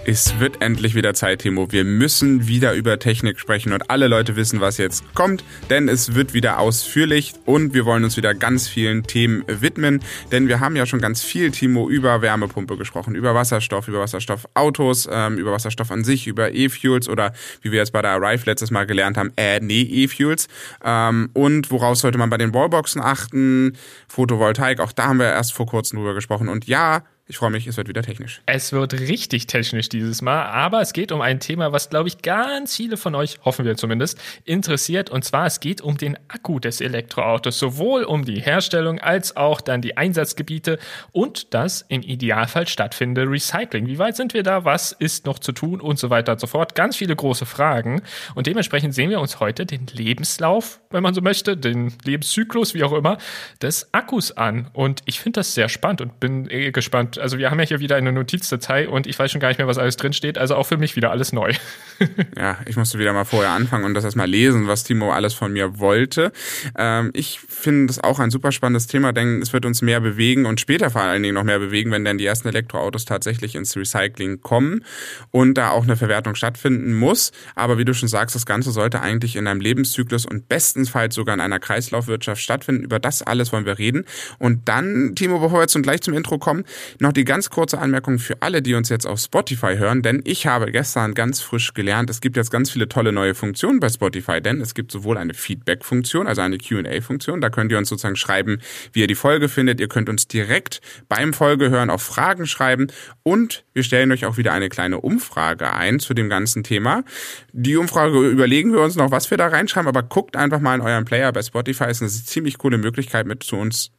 Es wird endlich wieder Zeit, Timo. Wir müssen wieder über Technik sprechen und alle Leute wissen, was jetzt kommt, denn es wird wieder ausführlich und wir wollen uns wieder ganz vielen Themen widmen, denn wir haben ja schon ganz viel, Timo, über Wärmepumpe gesprochen, über Wasserstoffautos, über Wasserstoff an sich, über E-Fuels oder wie wir jetzt bei der Arrive letztes Mal gelernt haben, E-Fuels und woraus sollte man bei den Wallboxen achten, Photovoltaik, auch da haben wir erst vor kurzem drüber gesprochen und ja, ich freue mich, es wird wieder technisch. Es wird richtig technisch dieses Mal, aber es geht um ein Thema, was, glaube ich, ganz viele von euch, hoffen wir zumindest, interessiert. Und zwar, es geht um den Akku des Elektroautos, sowohl um die Herstellung als auch dann die Einsatzgebiete und das im Idealfall stattfindende Recycling. Wie weit sind wir da? Was ist noch zu tun? Und so weiter und so fort. Ganz viele große Fragen. Und dementsprechend sehen wir uns heute den Lebenslauf, wenn man so möchte, den Lebenszyklus, wie auch immer, des Akkus an. Und ich finde das sehr spannend und bin gespannt. Also wir haben ja hier wieder eine Notizdatei und ich weiß schon gar nicht mehr, was alles drin steht. Also auch für mich wieder alles neu. Ja, ich musste wieder mal vorher anfangen und das erstmal lesen, was Timo alles von mir wollte. Ich finde das auch ein super spannendes Thema, denn es wird uns mehr bewegen und später vor allen Dingen noch mehr bewegen, wenn dann die ersten Elektroautos tatsächlich ins Recycling kommen und da auch eine Verwertung stattfinden muss. Aber wie du schon sagst, das Ganze sollte eigentlich in einem Lebenszyklus und bestenfalls sogar in einer Kreislaufwirtschaft stattfinden. Über das alles wollen wir reden. Und dann, Timo, bevor wir jetzt gleich zum Intro kommen, noch die ganz kurze Anmerkung für alle, die uns jetzt auf Spotify hören, denn ich habe gestern ganz frisch gelernt, es gibt jetzt ganz viele tolle neue Funktionen bei Spotify, denn es gibt sowohl eine Feedback-Funktion, also eine Q&A-Funktion, da könnt ihr uns sozusagen schreiben, wie ihr die Folge findet, ihr könnt uns direkt beim Folgehören auch Fragen schreiben und wir stellen euch auch wieder eine kleine Umfrage ein zu dem ganzen Thema. Die Umfrage überlegen wir uns noch, was wir da reinschreiben, aber guckt einfach mal in euren Player bei Spotify, ist eine ziemlich coole Möglichkeit, mit uns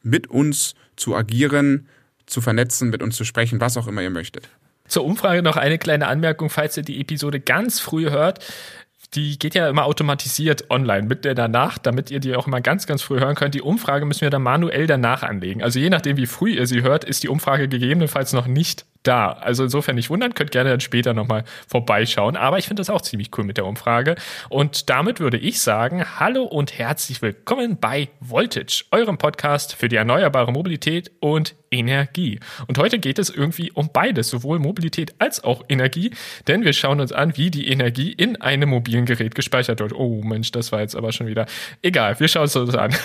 zu agieren, zu vernetzen, mit uns zu sprechen, was auch immer ihr möchtet. Zur Umfrage noch eine kleine Anmerkung, falls ihr die Episode ganz früh hört. Die geht ja immer automatisiert online mit der danach, damit ihr die auch immer ganz, ganz früh hören könnt. Die Umfrage müssen wir dann manuell danach anlegen. Also je nachdem, wie früh ihr sie hört, ist die Umfrage gegebenenfalls noch nicht da. Also insofern nicht wundern, könnt gerne dann später nochmal vorbeischauen. Aber ich finde das auch ziemlich cool mit der Umfrage. Und damit würde ich sagen, hallo und herzlich willkommen bei Voltage, eurem Podcast für die erneuerbare Mobilität und Energie. Und heute geht es irgendwie um beides, sowohl Mobilität als auch Energie, denn wir schauen uns an, wie die Energie in einem mobilen Gerät gespeichert wird. Oh Mensch, das war jetzt aber schon wieder... Egal, wir schauen es uns an.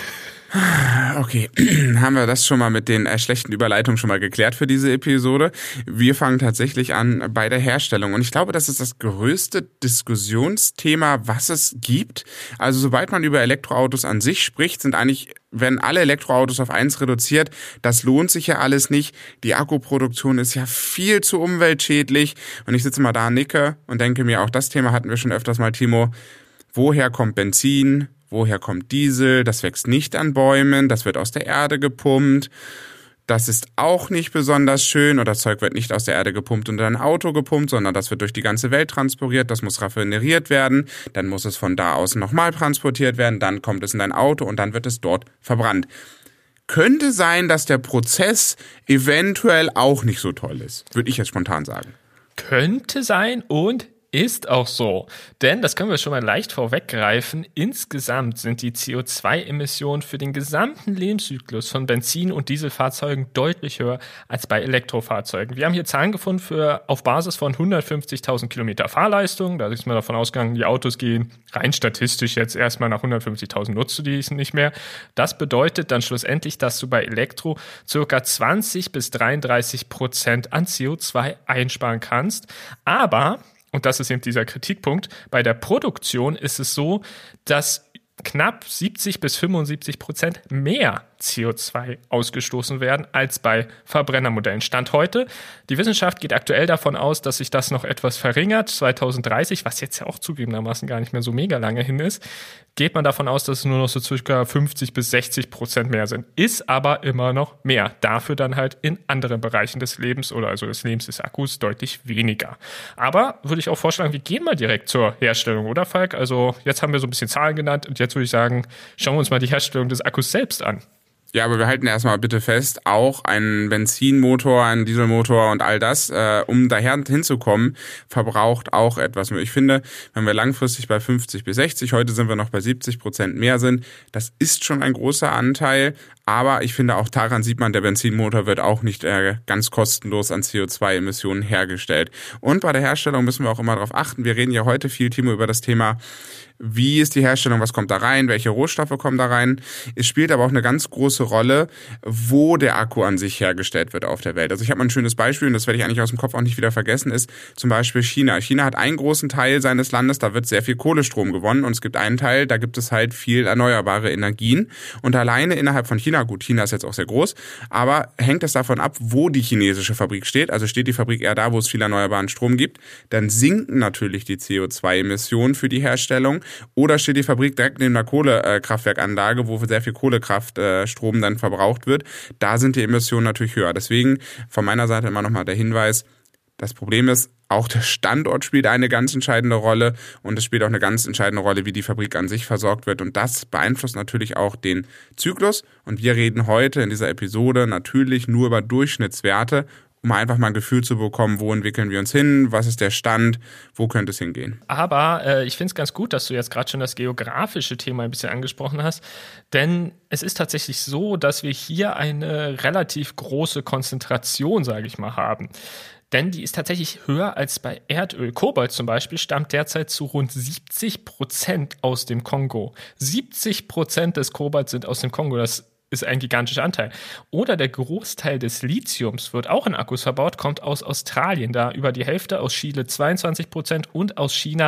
Okay, haben wir das schon mal mit den schlechten Überleitungen schon mal geklärt für diese Episode. Wir fangen tatsächlich an bei der Herstellung und ich glaube, das ist das größte Diskussionsthema, was es gibt. Also sobald man über Elektroautos an sich spricht, werden alle Elektroautos auf eins reduziert. Das lohnt sich ja alles nicht. Die Akkuproduktion ist ja viel zu umweltschädlich und ich sitze mal da, nicke und denke mir, auch das Thema hatten wir schon öfters mal, Timo. Woher kommt Benzin? Woher kommt Diesel? Das wächst nicht an Bäumen, das wird aus der Erde gepumpt. Das ist auch nicht besonders schön und das Zeug wird nicht aus der Erde gepumpt und in ein Auto gepumpt, sondern das wird durch die ganze Welt transportiert, das muss raffineriert werden, dann muss es von da aus nochmal transportiert werden, dann kommt es in dein Auto und dann wird es dort verbrannt. Könnte sein, dass der Prozess eventuell auch nicht so toll ist, würde ich jetzt spontan sagen. Könnte sein und ist auch so, denn das können wir schon mal leicht vorweggreifen. Insgesamt sind die CO2-Emissionen für den gesamten Lebenszyklus von Benzin- und Dieselfahrzeugen deutlich höher als bei Elektrofahrzeugen. Wir haben hier Zahlen gefunden auf Basis von 150.000 Kilometer Fahrleistung. Da ist man davon ausgegangen, die Autos gehen rein statistisch jetzt erstmal nach 150.000, nutzt du die nicht mehr. Das bedeutet dann schlussendlich, dass du bei Elektro ca. 20-33% an CO2 einsparen kannst. Aber und das ist eben dieser Kritikpunkt, bei der Produktion ist es so, dass knapp 70-75% mehr CO2 ausgestoßen werden als bei Verbrennermodellen. Stand heute. Die Wissenschaft geht aktuell davon aus, dass sich das noch etwas verringert. 2030, was jetzt ja auch zugegebenermaßen gar nicht mehr so mega lange hin ist, geht man davon aus, dass es nur noch so circa 50-60% mehr sind. Ist aber immer noch mehr. Dafür dann halt in anderen Bereichen des Lebens oder also des Lebens des Akkus deutlich weniger. Aber würde ich auch vorschlagen, wir gehen mal direkt zur Herstellung, oder Falk? Also jetzt haben wir so ein bisschen Zahlen genannt und jetzt würde ich sagen, schauen wir uns mal die Herstellung des Akkus selbst an. Ja, aber wir halten erstmal bitte fest, auch ein Benzinmotor, ein Dieselmotor und all das, um daher hinzukommen, verbraucht auch etwas. Ich finde, wenn wir langfristig bei 50 bis 60, heute sind wir noch bei 70% mehr sind, das ist schon ein großer Anteil. Aber ich finde, auch daran sieht man, der Benzinmotor wird auch nicht ganz kostenlos an CO2-Emissionen hergestellt. Und bei der Herstellung müssen wir auch immer darauf achten. Wir reden ja heute viel, Timo, über das Thema, wie ist die Herstellung, was kommt da rein, welche Rohstoffe kommen da rein. Es spielt aber auch eine ganz große Rolle, wo der Akku an sich hergestellt wird auf der Welt. Also ich habe mal ein schönes Beispiel, und das werde ich eigentlich aus dem Kopf auch nicht wieder vergessen, ist zum Beispiel China. China hat einen großen Teil seines Landes, da wird sehr viel Kohlestrom gewonnen, und es gibt einen Teil, da gibt es halt viel erneuerbare Energien. Und alleine innerhalb von China, gut, China ist jetzt auch sehr groß, aber hängt es davon ab, wo die chinesische Fabrik steht. Also steht die Fabrik eher da, wo es viel erneuerbaren Strom gibt, dann sinken natürlich die CO2-Emissionen für die Herstellung. Oder steht die Fabrik direkt neben einer Kohlekraftwerkanlage, wo sehr viel Kohlekraftstrom dann verbraucht wird. Da sind die Emissionen natürlich höher. Deswegen von meiner Seite immer nochmal der Hinweis, das Problem ist, auch der Standort spielt eine ganz entscheidende Rolle, und es spielt auch eine ganz entscheidende Rolle, wie die Fabrik an sich versorgt wird, und das beeinflusst natürlich auch den Zyklus, und wir reden heute in dieser Episode natürlich nur über Durchschnittswerte, um einfach mal ein Gefühl zu bekommen, wo entwickeln wir uns hin, was ist der Stand, wo könnte es hingehen. Aber ich finde es ganz gut, dass du jetzt gerade schon das geografische Thema ein bisschen angesprochen hast, denn es ist tatsächlich so, dass wir hier eine relativ große Konzentration, sage ich mal, haben. Denn die ist tatsächlich höher als bei Erdöl. Kobalt zum Beispiel stammt derzeit zu rund 70% aus dem Kongo. 70% des Kobalts sind aus dem Kongo. Das ist ein gigantischer Anteil. Oder der Großteil des Lithiums wird auch in Akkus verbaut, kommt aus Australien, da über die Hälfte, aus Chile 22% und aus China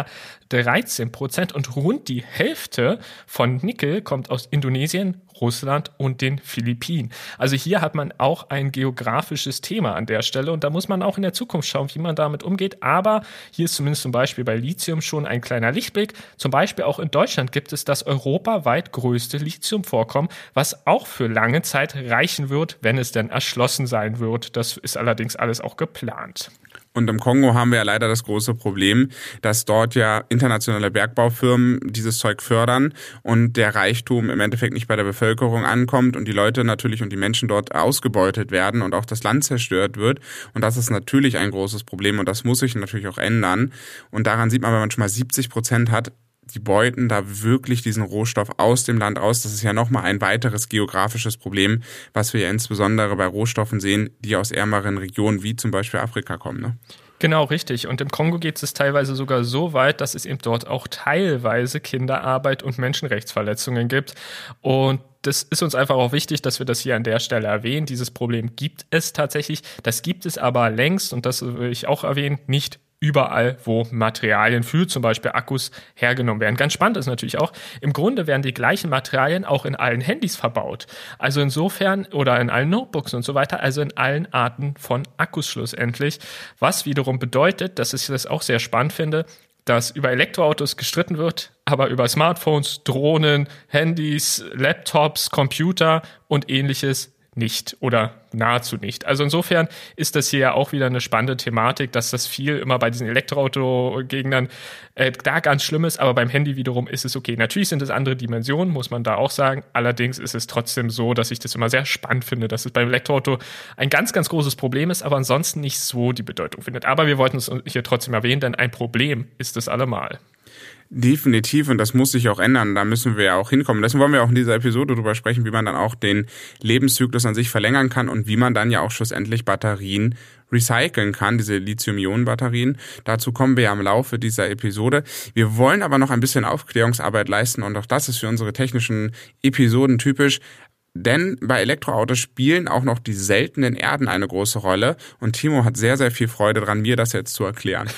13%. Und rund die Hälfte von Nickel kommt aus Indonesien, Russland und den Philippinen. Also hier hat man auch ein geografisches Thema an der Stelle, und da muss man auch in der Zukunft schauen, wie man damit umgeht. Aber hier ist zumindest zum Beispiel bei Lithium schon ein kleiner Lichtblick. Zum Beispiel auch in Deutschland gibt es das europaweit größte Lithiumvorkommen, was auch für lange Zeit reichen wird, wenn es denn erschlossen sein wird. Das ist allerdings alles auch geplant. Und im Kongo haben wir ja leider das große Problem, dass dort ja internationale Bergbaufirmen dieses Zeug fördern und der Reichtum im Endeffekt nicht bei der Bevölkerung ankommt und die Leute natürlich und die Menschen dort ausgebeutet werden und auch das Land zerstört wird. Und das ist natürlich ein großes Problem, und das muss sich natürlich auch ändern. Und daran sieht man, wenn man schon mal 70% hat, die beuten da wirklich diesen Rohstoff aus dem Land aus. Das ist ja nochmal ein weiteres geografisches Problem, was wir ja insbesondere bei Rohstoffen sehen, die aus ärmeren Regionen wie zum Beispiel Afrika kommen, ne? Genau, richtig. Und im Kongo geht es teilweise sogar so weit, dass es eben dort auch teilweise Kinderarbeit und Menschenrechtsverletzungen gibt. Und das ist uns einfach auch wichtig, dass wir das hier an der Stelle erwähnen. Dieses Problem gibt es tatsächlich. Das gibt es aber längst, und das will ich auch erwähnen, nicht überall, wo Materialien für zum Beispiel Akkus hergenommen werden. Ganz spannend ist natürlich auch, im Grunde werden die gleichen Materialien auch in allen Handys verbaut. Also insofern, oder in allen Notebooks und so weiter, also in allen Arten von Akkus schlussendlich. Was wiederum bedeutet, dass ich das auch sehr spannend finde, dass über Elektroautos gestritten wird, aber über Smartphones, Drohnen, Handys, Laptops, Computer und ähnliches nicht oder nahezu nicht. Also insofern ist das hier ja auch wieder eine spannende Thematik, dass das viel immer bei diesen Elektroauto-Gegnern da ganz schlimm ist, aber beim Handy wiederum ist es okay. Natürlich sind es andere Dimensionen, muss man da auch sagen. Allerdings ist es trotzdem so, dass ich das immer sehr spannend finde, dass es beim Elektroauto ein ganz, ganz großes Problem ist, aber ansonsten nicht so die Bedeutung findet. Aber wir wollten es hier trotzdem erwähnen, denn ein Problem ist es allemal. Definitiv, und das muss sich auch ändern, da müssen wir ja auch hinkommen. Deswegen wollen wir auch in dieser Episode darüber sprechen, wie man dann auch den Lebenszyklus an sich verlängern kann und wie man dann ja auch schlussendlich Batterien recyceln kann, diese Lithium-Ionen-Batterien. Dazu kommen wir ja im Laufe dieser Episode. Wir wollen aber noch ein bisschen Aufklärungsarbeit leisten, und auch das ist für unsere technischen Episoden typisch. Denn bei Elektroautos spielen auch noch die seltenen Erden eine große Rolle, und Timo hat sehr, sehr viel Freude dran, mir das jetzt zu erklären.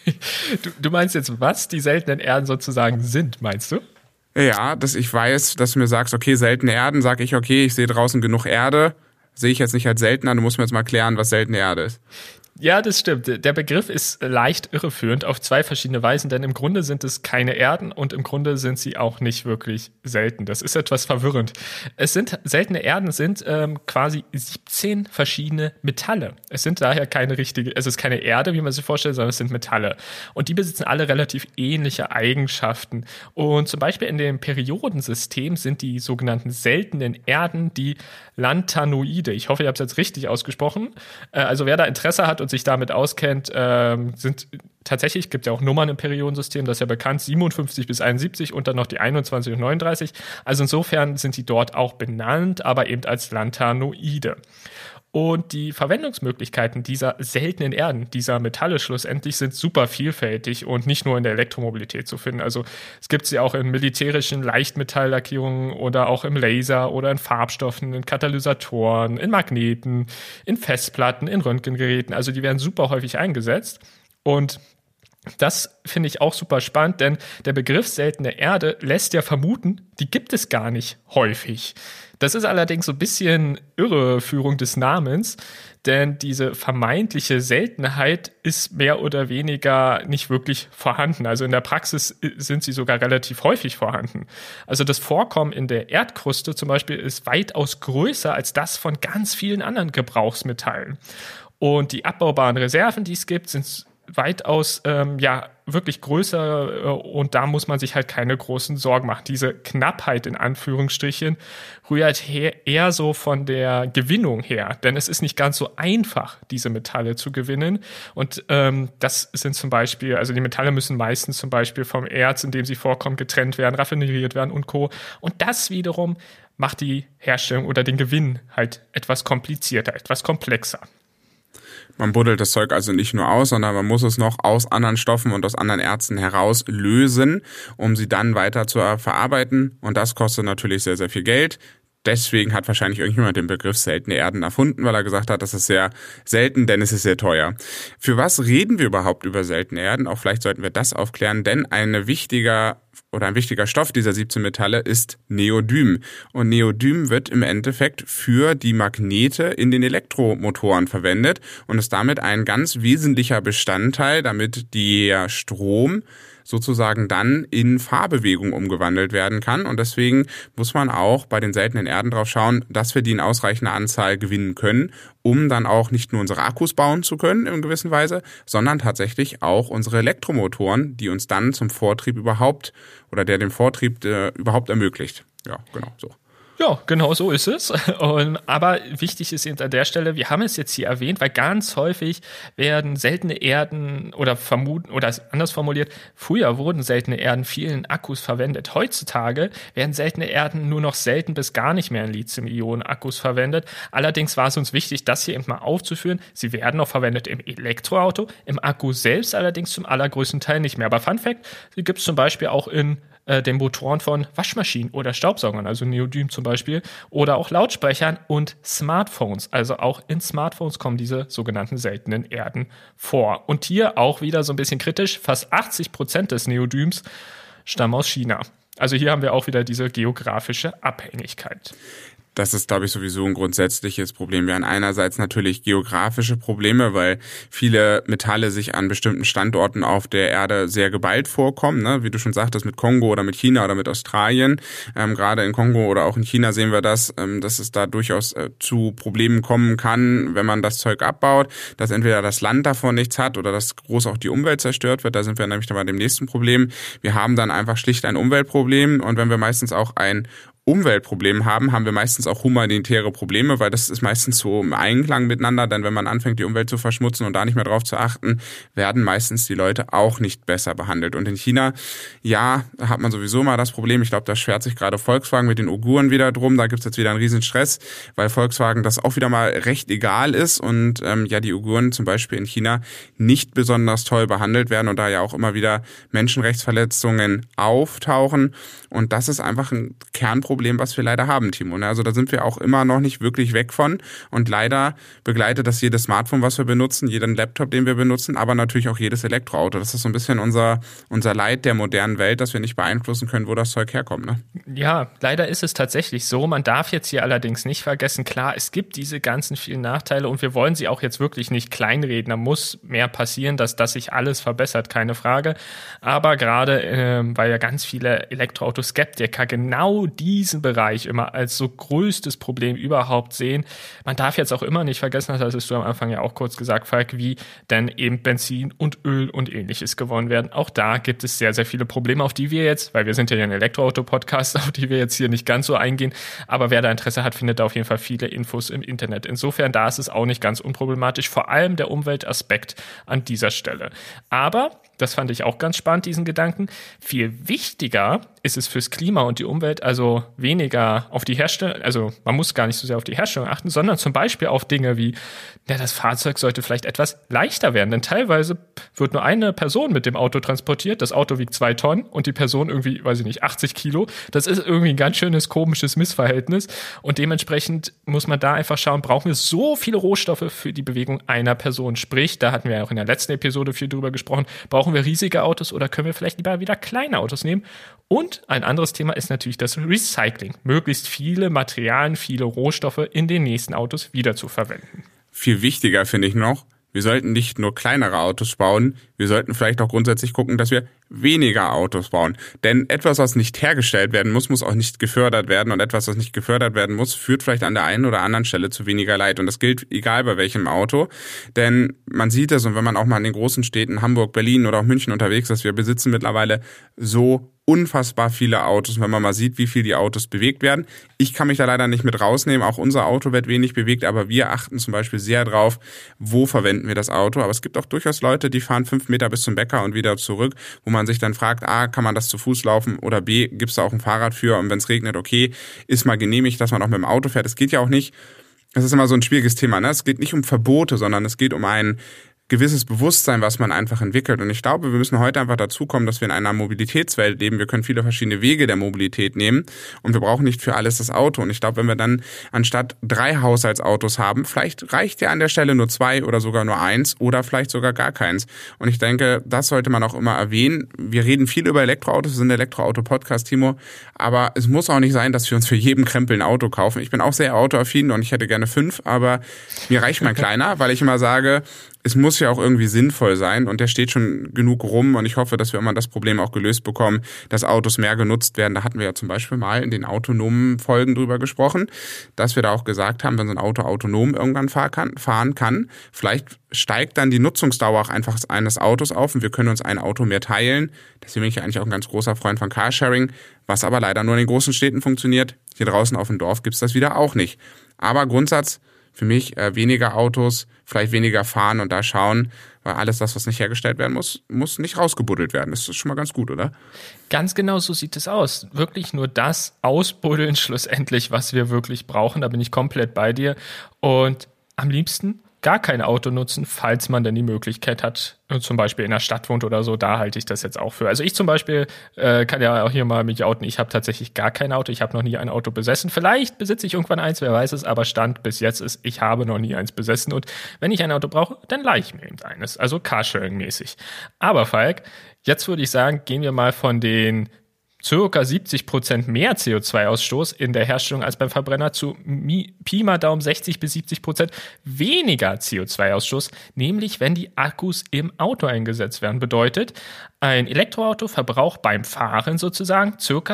Du meinst jetzt, was die seltenen Erden sozusagen sind, meinst du? Ja, dass ich weiß, dass du mir sagst, okay, seltene Erden, sag ich, okay, ich sehe draußen genug Erde, sehe ich jetzt nicht als selten an, du musst mir jetzt mal klären, was seltene Erde ist. Ja, das stimmt. Der Begriff ist leicht irreführend auf zwei verschiedene Weisen, denn im Grunde sind es keine Erden und im Grunde sind sie auch nicht wirklich selten. Das ist etwas verwirrend. Seltene Erden sind quasi 17 verschiedene Metalle. Es sind daher es ist keine Erde, wie man sich vorstellt, sondern es sind Metalle. Und die besitzen alle relativ ähnliche Eigenschaften. Und zum Beispiel in dem Periodensystem sind die sogenannten seltenen Erden die Lanthanoide. Ich hoffe, ich habe es jetzt richtig ausgesprochen. Also wer da Interesse hat und sich damit auskennt, tatsächlich gibt es ja auch Nummern im Periodensystem, das ist ja bekannt, 57 bis 71 und dann noch die 21 und 39. Also insofern sind die dort auch benannt, aber eben als Lanthanoide. Und die Verwendungsmöglichkeiten dieser seltenen Erden, dieser Metalle schlussendlich, sind super vielfältig und nicht nur in der Elektromobilität zu finden. Also es gibt sie auch in militärischen Leichtmetalllackierungen oder auch im Laser oder in Farbstoffen, in Katalysatoren, in Magneten, in Festplatten, in Röntgengeräten. Also die werden super häufig eingesetzt. Und das finde ich auch super spannend, denn der Begriff seltene Erde lässt ja vermuten, die gibt es gar nicht häufig. Das ist allerdings so ein bisschen Irreführung des Namens, denn diese vermeintliche Seltenheit ist mehr oder weniger nicht wirklich vorhanden. Also in der Praxis sind sie sogar relativ häufig vorhanden. Also das Vorkommen in der Erdkruste zum Beispiel ist weitaus größer als das von ganz vielen anderen Gebrauchsmetallen. Und die abbaubaren Reserven, die es gibt, sind weitaus wirklich größer und da muss man sich halt keine großen Sorgen machen. Diese Knappheit in Anführungsstrichen rührt eher so von der Gewinnung her, denn es ist nicht ganz so einfach, diese Metalle zu gewinnen und das sind zum Beispiel, also die Metalle müssen meistens zum Beispiel vom Erz, in dem sie vorkommen, getrennt werden, raffineriert werden und Co. Und das wiederum macht die Herstellung oder den Gewinn halt etwas komplizierter, etwas komplexer. Man buddelt das Zeug also nicht nur aus, sondern man muss es noch aus anderen Stoffen und aus anderen Erzen heraus lösen, um sie dann weiter zu verarbeiten. Und das kostet natürlich sehr, sehr viel Geld. Deswegen hat wahrscheinlich irgendjemand den Begriff seltene Erden erfunden, weil er gesagt hat, das ist sehr selten, denn es ist sehr teuer. Für was reden wir überhaupt über seltene Erden? Auch vielleicht sollten wir das aufklären, denn ein wichtiger Stoff dieser 17 Metalle ist Neodym. Und Neodym wird im Endeffekt für die Magnete in den Elektromotoren verwendet und ist damit ein ganz wesentlicher Bestandteil, damit der Strom sozusagen dann in Fahrbewegung umgewandelt werden kann. Und deswegen muss man auch bei den seltenen Erden drauf schauen, dass wir die in ausreichender Anzahl gewinnen können, um dann auch nicht nur unsere Akkus bauen zu können in gewisser Weise, sondern tatsächlich auch unsere Elektromotoren, die uns dann zum Vortrieb überhaupt oder der den Vortrieb überhaupt ermöglicht. Ja, genau so. Ja, genau so ist es. Aber wichtig ist eben an der Stelle, wir haben es jetzt hier erwähnt, weil ganz häufig werden seltene Erden oder anders formuliert, früher wurden seltene Erden vielen Akkus verwendet. Heutzutage werden seltene Erden nur noch selten bis gar nicht mehr in Lithium-Ionen-Akkus verwendet. Allerdings war es uns wichtig, das hier eben mal aufzuführen. Sie werden noch verwendet im Elektroauto, im Akku selbst allerdings zum allergrößten Teil nicht mehr. Aber Fun Fact, sie gibt es zum Beispiel auch in den Motoren von Waschmaschinen oder Staubsaugern, also Neodym zum Beispiel, oder auch Lautsprechern und Smartphones. Also auch in Smartphones kommen diese sogenannten seltenen Erden vor. Und hier auch wieder so ein bisschen kritisch, fast 80% des Neodyms stammen aus China. Also hier haben wir auch wieder diese geografische Abhängigkeit. Das ist, glaube ich, sowieso ein grundsätzliches Problem. Wir haben einerseits natürlich geografische Probleme, weil viele Metalle sich an bestimmten Standorten auf der Erde sehr geballt vorkommen, ne? Wie du schon sagtest, mit Kongo oder mit China oder mit Australien. Gerade in Kongo oder auch in China sehen wir das, dass es da durchaus zu Problemen kommen kann, wenn man das Zeug abbaut, dass entweder das Land davon nichts hat oder dass groß auch die Umwelt zerstört wird. Da sind wir nämlich dann bei dem nächsten Problem. Wir haben dann einfach schlicht ein Umweltproblem und wenn wir meistens auch ein Umweltproblem haben wir meistens auch humanitäre Probleme, weil das ist meistens so im Einklang miteinander, denn wenn man anfängt, die Umwelt zu verschmutzen und da nicht mehr drauf zu achten, werden meistens die Leute auch nicht besser behandelt. Und in China, ja, hat man sowieso mal das Problem, ich glaube, da schwert sich gerade Volkswagen mit den Uiguren wieder drum, da gibt's jetzt wieder einen riesen Stress, weil Volkswagen das auch wieder mal recht egal ist und die Uiguren zum Beispiel in China nicht besonders toll behandelt werden und da ja auch immer wieder Menschenrechtsverletzungen auftauchen und das ist einfach ein Kernproblem Problem, was wir leider haben, Timo. Also da sind wir auch immer noch nicht wirklich weg von und leider begleitet das jedes Smartphone, was wir benutzen, jeden Laptop, den wir benutzen, aber natürlich auch jedes Elektroauto. Das ist so ein bisschen unser Leid der modernen Welt, dass wir nicht beeinflussen können, wo das Zeug herkommt. Ne? Ja, leider ist es tatsächlich so. Man darf jetzt hier allerdings nicht vergessen, klar, es gibt diese ganzen vielen Nachteile und wir wollen sie auch jetzt wirklich nicht kleinreden. Da muss mehr passieren, dass das sich alles verbessert, keine Frage. Aber gerade, weil ja ganz viele Elektroautoskeptiker genau diesen Bereich immer als so größtes Problem überhaupt sehen. Man darf jetzt auch immer nicht vergessen, das hast du am Anfang ja auch kurz gesagt, Falk, wie denn eben Benzin und Öl und ähnliches gewonnen werden. Auch da gibt es sehr, sehr viele Probleme, auf die wir jetzt, weil wir sind ja ein Elektroauto-Podcast, auf die wir jetzt hier nicht ganz so eingehen, aber wer da Interesse hat, findet da auf jeden Fall viele Infos im Internet. Insofern, da ist es auch nicht ganz unproblematisch, vor allem der Umweltaspekt an dieser Stelle. Aber, das fand ich auch ganz spannend, diesen Gedanken, viel wichtiger ist es fürs Klima und die Umwelt, also weniger auf die Herstellung, also man muss gar nicht so sehr auf die Herstellung achten, sondern zum Beispiel auf Dinge wie, ja, das Fahrzeug sollte vielleicht etwas leichter werden, denn teilweise wird nur eine Person mit dem Auto transportiert, das Auto wiegt 2 Tonnen und die Person irgendwie, weiß ich nicht, 80 Kilo, das ist irgendwie ein ganz schönes, komisches Missverhältnis und dementsprechend muss man da einfach schauen, brauchen wir so viele Rohstoffe für die Bewegung einer Person, sprich, da hatten wir ja auch in der letzten Episode viel drüber gesprochen, brauchen wir riesige Autos oder können wir vielleicht lieber wieder kleine Autos nehmen? Und ein anderes Thema ist natürlich das Recycling. Möglichst viele Materialien, viele Rohstoffe in den nächsten Autos wiederzuverwenden. Viel wichtiger finde ich noch, wir sollten nicht nur kleinere Autos bauen, wir sollten vielleicht auch grundsätzlich gucken, dass wir weniger Autos bauen. Denn etwas, was nicht hergestellt werden muss, muss auch nicht gefördert werden. Und etwas, was nicht gefördert werden muss, führt vielleicht an der einen oder anderen Stelle zu weniger Leid. Und das gilt egal bei welchem Auto. Denn man sieht es, und wenn man auch mal in den großen Städten Hamburg, Berlin oder auch München unterwegs ist, wir besitzen mittlerweile so unfassbar viele Autos, wenn man mal sieht, wie viel die Autos bewegt werden. Ich kann mich da leider nicht mit rausnehmen, auch unser Auto wird wenig bewegt, aber wir achten zum Beispiel sehr drauf, wo verwenden wir das Auto. Aber es gibt auch durchaus Leute, die fahren 5 Meter bis zum Bäcker und wieder zurück, wo man sich dann fragt, A, kann man das zu Fuß laufen oder B, gibt es da auch ein Fahrrad für und wenn es regnet, okay, ist mal genehmigt, dass man auch mit dem Auto fährt. Es geht ja auch nicht, das ist immer so ein schwieriges Thema, ne? Es geht nicht um Verbote, sondern es geht um ein gewisses Bewusstsein, was man einfach entwickelt. Und ich glaube, wir müssen heute einfach dazu kommen, dass wir in einer Mobilitätswelt leben. Wir können viele verschiedene Wege der Mobilität nehmen und wir brauchen nicht für alles das Auto. Und ich glaube, wenn wir dann anstatt 3 Haushaltsautos haben, vielleicht reicht ja an der Stelle nur 2 oder sogar nur 1 oder vielleicht sogar gar keins. Und ich denke, das sollte man auch immer erwähnen. Wir reden viel über Elektroautos, wir sind der Elektroauto-Podcast, Timo, aber es muss auch nicht sein, dass wir uns für jeden Krempel ein Auto kaufen. Ich bin auch sehr autoaffin und ich hätte gerne 5, aber mir reicht mein kleiner, weil ich immer sage, es muss ja auch irgendwie sinnvoll sein und der steht schon genug rum und ich hoffe, dass wir immer das Problem auch gelöst bekommen, dass Autos mehr genutzt werden. Da hatten wir ja zum Beispiel mal in den autonomen Folgen drüber gesprochen, dass wir da auch gesagt haben, wenn so ein Auto autonom irgendwann fahren kann, vielleicht steigt dann die Nutzungsdauer auch einfach eines Autos auf und wir können uns ein Auto mehr teilen. Deswegen bin ich eigentlich auch ein ganz großer Freund von Carsharing, was aber leider nur in den großen Städten funktioniert. Hier draußen auf dem Dorf gibt's das wieder auch nicht. Aber Grundsatz für mich weniger Autos, vielleicht weniger fahren und da schauen, weil alles das, was nicht hergestellt werden muss, muss nicht rausgebuddelt werden. Das ist schon mal ganz gut, oder? Ganz genau so sieht es aus. Wirklich nur das ausbuddeln schlussendlich, was wir wirklich brauchen. Da bin ich komplett bei dir. Und am liebsten gar kein Auto nutzen, falls man denn die Möglichkeit hat, zum Beispiel in der Stadt wohnt oder so, da halte ich das jetzt auch für. Also ich zum Beispiel kann ja auch hier mal mich outen, ich habe tatsächlich gar kein Auto, ich habe noch nie ein Auto besessen. Vielleicht besitze ich irgendwann eins, wer weiß es, aber Stand bis jetzt ist, ich habe noch nie eins besessen und wenn ich ein Auto brauche, dann leihe ich mir eben eines, also Carsharing-mäßig. Aber Falk, jetzt würde ich sagen, gehen wir mal von den circa 70% mehr CO2-Ausstoß in der Herstellung als beim Verbrenner zu Pi mal Daumen 60-70% weniger CO2-Ausstoß, nämlich wenn die Akkus im Auto eingesetzt werden. Bedeutet, ein Elektroauto verbraucht beim Fahren sozusagen circa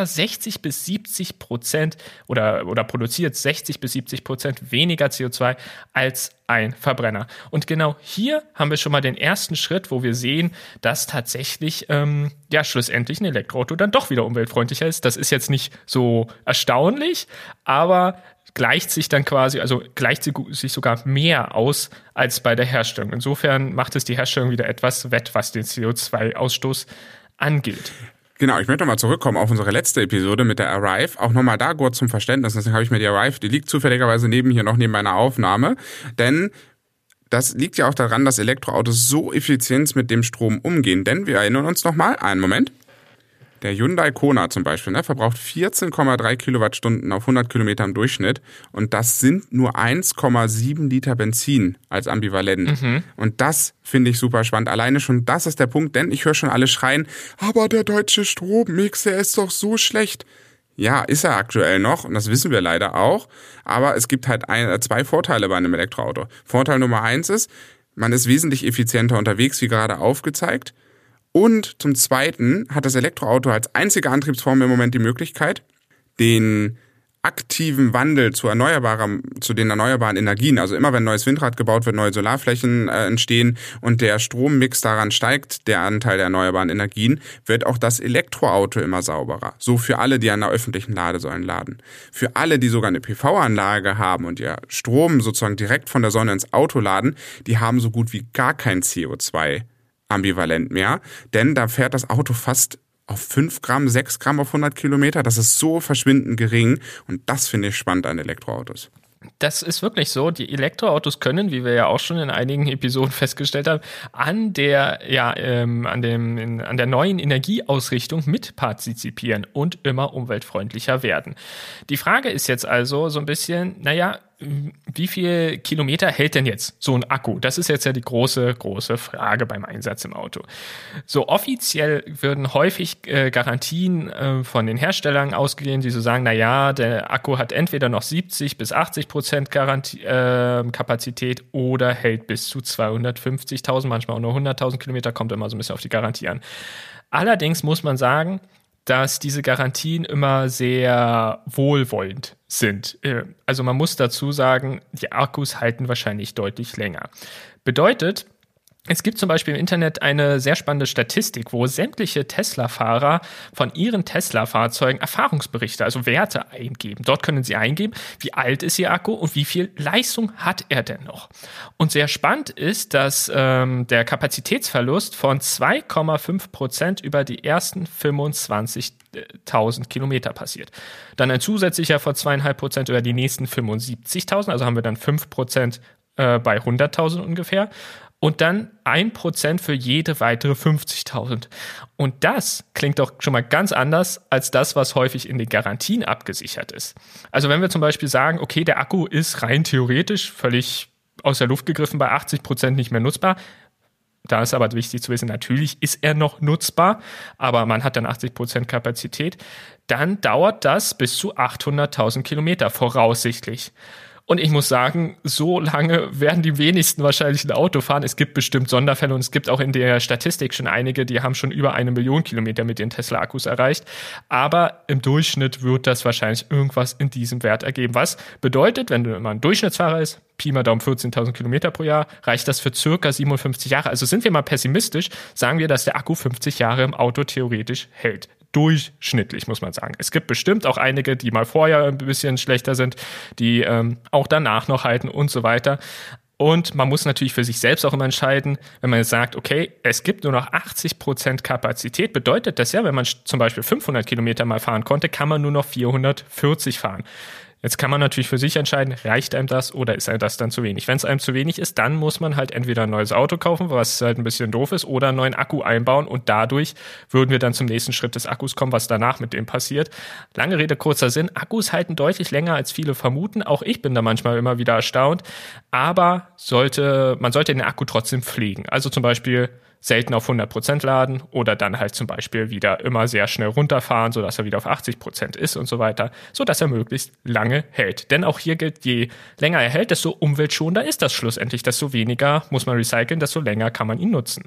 60-70% oder produziert 60-70% weniger CO2 als ein Verbrenner. Und genau hier haben wir schon mal den ersten Schritt, wo wir sehen, dass tatsächlich schlussendlich ein Elektroauto dann doch wieder umweltfreundlicher ist. Das ist jetzt nicht so erstaunlich, aber gleicht sich sogar mehr aus als bei der Herstellung. Insofern macht es die Herstellung wieder etwas wett, was den CO2-Ausstoß angeht. Genau, ich möchte mal zurückkommen auf unsere letzte Episode mit der Arrive. Auch nochmal da kurz zum Verständnis. Deswegen habe ich mir die Arrive, die liegt zufälligerweise neben meiner Aufnahme. Denn das liegt ja auch daran, dass Elektroautos so effizient mit dem Strom umgehen. Denn wir erinnern uns nochmal, einen Moment. Der Hyundai Kona zum Beispiel, ne, verbraucht 14,3 Kilowattstunden auf 100 Kilometer im Durchschnitt und das sind nur 1,7 Liter Benzin als Ambivalent. Und das finde ich super spannend. Alleine schon das ist der Punkt, denn ich höre schon alle schreien, aber der deutsche Strommix, der ist doch so schlecht. Ja, ist er aktuell noch und das wissen wir leider auch, aber es gibt halt zwei Vorteile bei einem Elektroauto. Vorteil Nummer 1 ist, man ist wesentlich effizienter unterwegs, wie gerade aufgezeigt. Und zum Zweiten hat das Elektroauto als einzige Antriebsform im Moment die Möglichkeit, den aktiven Wandel zu den erneuerbaren Energien, also immer wenn ein neues Windrad gebaut wird, neue Solarflächen entstehen und der Strommix daran steigt, der Anteil der erneuerbaren Energien, wird auch das Elektroauto immer sauberer. So für alle, die an der öffentlichen Ladesäulen laden. Für alle, die sogar eine PV-Anlage haben und ihr Strom sozusagen direkt von der Sonne ins Auto laden, die haben so gut wie gar kein CO2-Ambivalent mehr, denn da fährt das Auto fast auf 5 Gramm, 6 Gramm auf 100 Kilometer. Das ist so verschwindend gering und das finde ich spannend an Elektroautos. Das ist wirklich so. Die Elektroautos können, wie wir ja auch schon in einigen Episoden festgestellt haben, an der neuen Energieausrichtung mitpartizipieren und immer umweltfreundlicher werden. Die Frage ist jetzt also so ein bisschen, wie viel Kilometer hält denn jetzt so ein Akku? Das ist jetzt ja die große Frage beim Einsatz im Auto. So offiziell würden häufig Garantien von den Herstellern ausgegeben, die so sagen, der Akku hat entweder noch 70 bis 80% Kapazität oder hält bis zu 250.000, manchmal auch nur 100.000 Kilometer, kommt immer so ein bisschen auf die Garantie an. Allerdings muss man sagen, dass diese Garantien immer sehr wohlwollend sind. Also man muss dazu sagen, die Akkus halten wahrscheinlich deutlich länger. Bedeutet, es gibt zum Beispiel im Internet eine sehr spannende Statistik, wo sämtliche Tesla-Fahrer von ihren Tesla-Fahrzeugen Erfahrungsberichte, also Werte eingeben. Dort können sie eingeben, wie alt ist ihr Akku und wie viel Leistung hat er denn noch. Und sehr spannend ist, dass der Kapazitätsverlust von 2,5% über die ersten 25.000 Kilometer passiert. Dann ein zusätzlicher von 2,5% über die nächsten 75.000, also haben wir dann 5% bei 100.000 ungefähr. Und dann 1% für jede weitere 50.000. Und das klingt doch schon mal ganz anders als das, was häufig in den Garantien abgesichert ist. Also wenn wir zum Beispiel sagen, okay, der Akku ist rein theoretisch völlig aus der Luft gegriffen bei 80% nicht mehr nutzbar. Da ist aber wichtig zu wissen, natürlich ist er noch nutzbar, aber man hat dann 80% Kapazität. Dann dauert das bis zu 800.000 Kilometer voraussichtlich. Und ich muss sagen, so lange werden die wenigsten wahrscheinlich ein Auto fahren. Es gibt bestimmt Sonderfälle und es gibt auch in der Statistik schon einige, die haben schon über 1 Million Kilometer mit den Tesla-Akkus erreicht. Aber im Durchschnitt wird das wahrscheinlich irgendwas in diesem Wert ergeben. Was bedeutet, wenn du immer ein Durchschnittsfahrer ist, Pi mal Daumen 14.000 Kilometer pro Jahr, reicht das für circa 57 Jahre. Also sind wir mal pessimistisch, sagen wir, dass der Akku 50 Jahre im Auto theoretisch hält. Durchschnittlich, muss man sagen. Es gibt bestimmt auch einige, die mal vorher ein bisschen schlechter sind, die auch danach noch halten und so weiter. Und man muss natürlich für sich selbst auch immer entscheiden, wenn man jetzt sagt, okay, es gibt nur noch 80% Kapazität, bedeutet das ja, wenn man zum Beispiel 500 Kilometer mal fahren konnte, kann man nur noch 440 fahren. Jetzt kann man natürlich für sich entscheiden, reicht einem das oder ist einem das dann zu wenig? Wenn es einem zu wenig ist, dann muss man halt entweder ein neues Auto kaufen, was halt ein bisschen doof ist, oder einen neuen Akku einbauen und dadurch würden wir dann zum nächsten Schritt des Akkus kommen, was danach mit dem passiert. Lange Rede, kurzer Sinn, Akkus halten deutlich länger, als viele vermuten. Auch ich bin da manchmal immer wieder erstaunt, aber man sollte den Akku trotzdem pflegen. Also zum Beispiel selten auf 100% laden oder dann halt zum Beispiel wieder immer sehr schnell runterfahren, sodass er wieder auf 80% ist und so weiter, sodass er möglichst lange hält. Denn auch hier gilt, je länger er hält, desto umweltschonender ist das schlussendlich, desto weniger muss man recyceln, desto länger kann man ihn nutzen.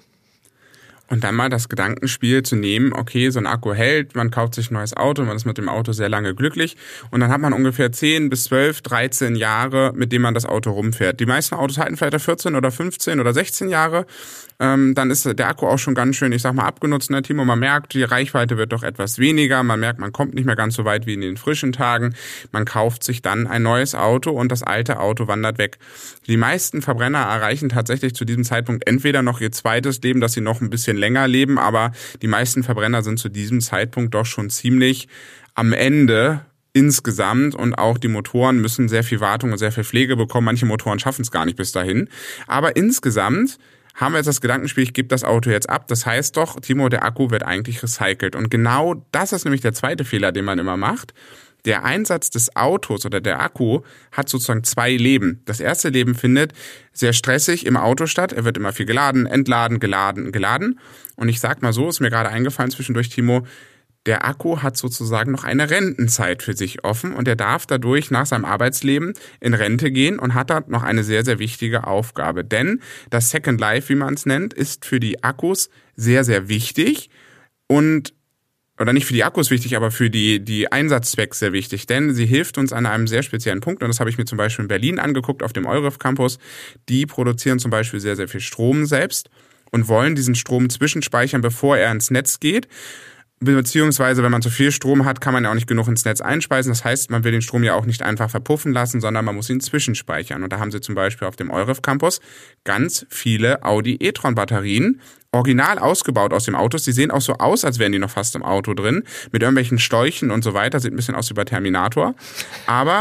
Und dann mal das Gedankenspiel zu nehmen, okay, so ein Akku hält, man kauft sich ein neues Auto, man ist mit dem Auto sehr lange glücklich und dann hat man ungefähr 10 bis 12, 13 Jahre, mit dem man das Auto rumfährt. Die meisten Autos halten vielleicht 14 oder 15 oder 16 Jahre, dann ist der Akku auch schon ganz schön, ich sag mal, abgenutzt, ne, Timo? Man merkt, die Reichweite wird doch etwas weniger, man merkt, man kommt nicht mehr ganz so weit wie in den frischen Tagen, man kauft sich dann ein neues Auto und das alte Auto wandert weg. Die meisten Verbrenner erreichen tatsächlich zu diesem Zeitpunkt entweder noch ihr zweites Leben, dass sie noch ein bisschen länger leben, aber die meisten Verbrenner sind zu diesem Zeitpunkt doch schon ziemlich am Ende insgesamt und auch die Motoren müssen sehr viel Wartung und sehr viel Pflege bekommen. Manche Motoren schaffen es gar nicht bis dahin, aber insgesamt haben wir jetzt das Gedankenspiel, ich gebe das Auto jetzt ab. Das heißt doch, Timo, der Akku wird eigentlich recycelt. Und genau das ist nämlich der zweite Fehler, den man immer macht. Der Einsatz des Autos oder der Akku hat sozusagen 2 Leben. Das erste Leben findet sehr stressig im Auto statt. Er wird immer viel geladen, entladen, geladen. Und ich sag mal so, ist mir gerade eingefallen zwischendurch, Timo, der Akku hat sozusagen noch eine Rentenzeit für sich offen und er darf dadurch nach seinem Arbeitsleben in Rente gehen und hat dort noch eine sehr, sehr wichtige Aufgabe. Denn das Second Life, wie man es nennt, ist für die Akkus sehr, sehr wichtig oder nicht für die Akkus wichtig, aber für die Einsatzzweck sehr wichtig, denn sie hilft uns an einem sehr speziellen Punkt und das habe ich mir zum Beispiel in Berlin angeguckt auf dem EUREF Campus. Die produzieren zum Beispiel sehr, sehr viel Strom selbst und wollen diesen Strom zwischenspeichern, bevor er ins Netz geht. Beziehungsweise, wenn man zu viel Strom hat, kann man ja auch nicht genug ins Netz einspeisen. Das heißt, man will den Strom ja auch nicht einfach verpuffen lassen, sondern man muss ihn zwischenspeichern. Und da haben sie zum Beispiel auf dem EUREF Campus ganz viele Audi e-tron Batterien original ausgebaut aus dem Autos. Die sehen auch so aus, als wären die noch fast im Auto drin, mit irgendwelchen Schläuchen und so weiter. Sieht ein bisschen aus wie bei Terminator. Aber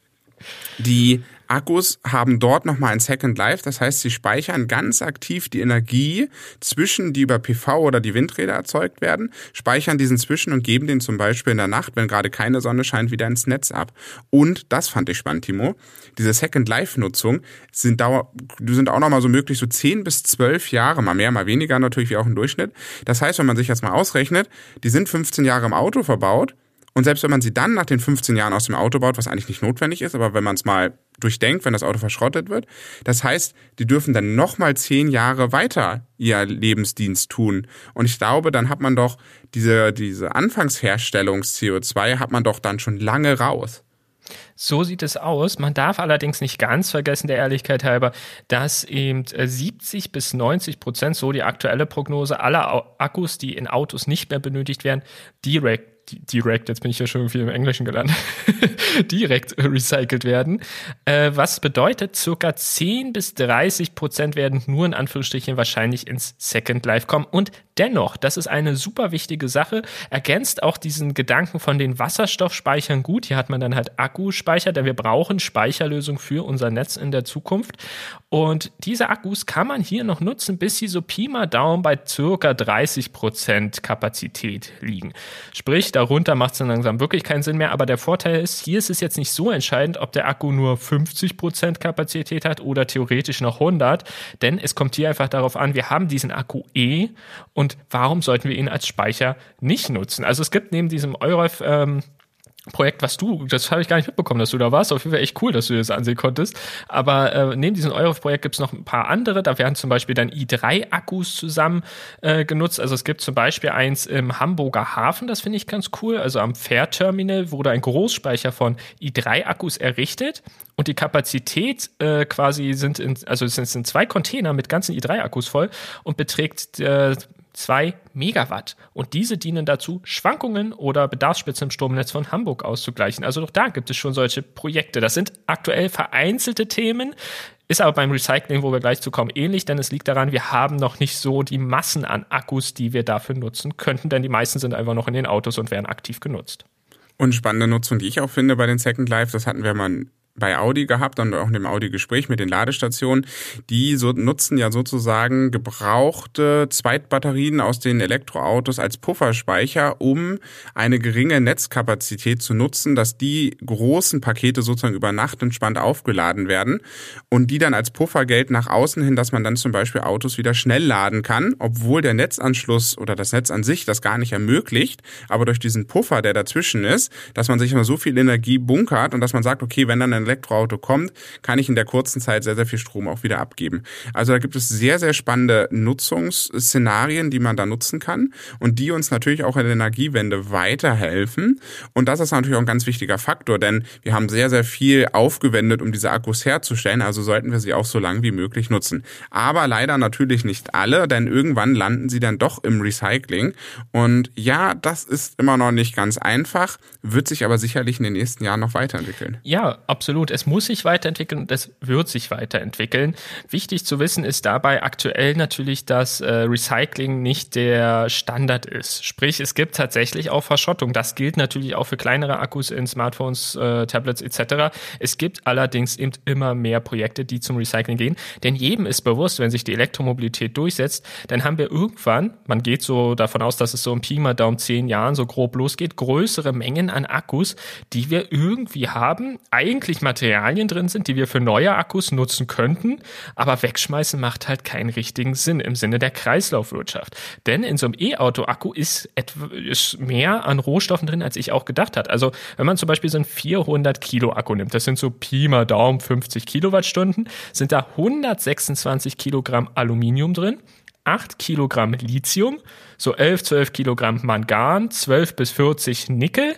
die Akkus haben dort nochmal ein Second Life, das heißt, sie speichern ganz aktiv die Energie zwischen, die über PV oder die Windräder erzeugt werden, speichern diesen zwischen und geben den zum Beispiel in der Nacht, wenn gerade keine Sonne scheint, wieder ins Netz ab. Und, das fand ich spannend, Timo, diese Second Life-Nutzung sind auch nochmal so möglich, so 10 bis 12 Jahre, mal mehr, mal weniger natürlich, wie auch im Durchschnitt. Das heißt, wenn man sich jetzt mal ausrechnet, die sind 15 Jahre im Auto verbaut. Und selbst wenn man sie dann nach den 15 Jahren aus dem Auto baut, was eigentlich nicht notwendig ist, aber wenn man es mal durchdenkt, wenn das Auto verschrottet wird, das heißt, die dürfen dann nochmal 10 Jahre weiter ihr Lebensdienst tun. Und ich glaube, dann hat man doch diese Anfangsherstellungs-CO2 hat man doch dann schon lange raus. So sieht es aus. Man darf allerdings nicht ganz vergessen, der Ehrlichkeit halber, dass eben 70-90%, so die aktuelle Prognose, aller Akkus, die in Autos nicht mehr benötigt werden, direkt, jetzt bin ich ja schon viel im Englischen gelandet, direkt recycelt werden. Was bedeutet, circa 10-30% werden nur in Anführungsstrichen wahrscheinlich ins Second Life kommen. Und dennoch, das ist eine super wichtige Sache, ergänzt auch diesen Gedanken von den Wasserstoffspeichern gut. Hier hat man dann halt Akkuspeicher, denn wir brauchen Speicherlösungen für unser Netz in der Zukunft. Und diese Akkus kann man hier noch nutzen, bis sie so Pi mal Daumen bei circa 30% Kapazität liegen. Sprich, darunter macht es dann langsam wirklich keinen Sinn mehr. Aber der Vorteil ist, hier ist es jetzt nicht so entscheidend, ob der Akku nur 50% Kapazität hat oder theoretisch noch 100. Denn es kommt hier einfach darauf an, wir haben diesen Akku und warum sollten wir ihn als Speicher nicht nutzen? Also es gibt neben diesem EUREF Projekt, das habe ich gar nicht mitbekommen, dass du da warst. Auf jeden Fall echt cool, dass du das ansehen konntest. Aber neben diesem EUREF-Projekt gibt es noch ein paar andere. Da werden zum Beispiel dann i3-Akkus zusammen genutzt. Also es gibt zum Beispiel eins im Hamburger Hafen, das finde ich ganz cool. Also am Fährterminal wurde ein Großspeicher von i3-Akkus errichtet. Und die Kapazität quasi sind es sind 2 Container mit ganzen i3-Akkus voll und beträgt 2 Megawatt. Und diese dienen dazu, Schwankungen oder Bedarfsspitzen im Stromnetz von Hamburg auszugleichen. Also auch da gibt es schon solche Projekte. Das sind aktuell vereinzelte Themen, ist aber beim Recycling, wo wir gleich zu kommen, ähnlich, denn es liegt daran, wir haben noch nicht so die Massen an Akkus, die wir dafür nutzen könnten, denn die meisten sind einfach noch in den Autos und werden aktiv genutzt. Und spannende Nutzung, die ich auch finde bei den Second Life, das hatten wir mal bei Audi gehabt und auch in dem Audi-Gespräch mit den Ladestationen, die nutzen ja sozusagen gebrauchte Zweitbatterien aus den Elektroautos als Pufferspeicher, um eine geringe Netzkapazität zu nutzen, dass die großen Pakete sozusagen über Nacht entspannt aufgeladen werden und die dann als Puffer gelten nach außen hin, dass man dann zum Beispiel Autos wieder schnell laden kann, obwohl der Netzanschluss oder das Netz an sich das gar nicht ermöglicht, aber durch diesen Puffer, der dazwischen ist, dass man sich immer so viel Energie bunkert und dass man sagt, okay, wenn dann ein Elektroauto kommt, kann ich in der kurzen Zeit sehr, sehr viel Strom auch wieder abgeben. Also da gibt es sehr, sehr spannende Nutzungsszenarien, die man da nutzen kann und die uns natürlich auch in der Energiewende weiterhelfen. Und das ist natürlich auch ein ganz wichtiger Faktor, denn wir haben sehr, sehr viel aufgewendet, um diese Akkus herzustellen, also sollten wir sie auch so lange wie möglich nutzen. Aber leider natürlich nicht alle, denn irgendwann landen sie dann doch im Recycling. Und ja, das ist immer noch nicht ganz einfach, wird sich aber sicherlich in den nächsten Jahren noch weiterentwickeln. Ja, absolut. Absolut. Es muss sich weiterentwickeln und es wird sich weiterentwickeln. Wichtig zu wissen ist dabei aktuell natürlich, dass Recycling nicht der Standard ist. Sprich, es gibt tatsächlich auch Verschrottung. Das gilt natürlich auch für kleinere Akkus in Smartphones, Tablets etc. Es gibt allerdings eben immer mehr Projekte, die zum Recycling gehen. Denn jedem ist bewusst, wenn sich die Elektromobilität durchsetzt, dann haben wir irgendwann, man geht so davon aus, dass es so im Pi mal Daumen 10 Jahren so grob losgeht, größere Mengen an Akkus, die wir irgendwie haben, eigentlich Materialien drin sind, die wir für neue Akkus nutzen könnten, aber wegschmeißen macht halt keinen richtigen Sinn im Sinne der Kreislaufwirtschaft. Denn in so einem E-Auto-Akku ist mehr an Rohstoffen drin, als ich auch gedacht habe. Also wenn man zum Beispiel so einen 400 Kilo Akku nimmt, das sind so Pi mal Daumen 50 Kilowattstunden, sind da 126 Kilogramm Aluminium drin, 8 Kilogramm Lithium, so 12 Kilogramm Mangan, 12 bis 40 Nickel,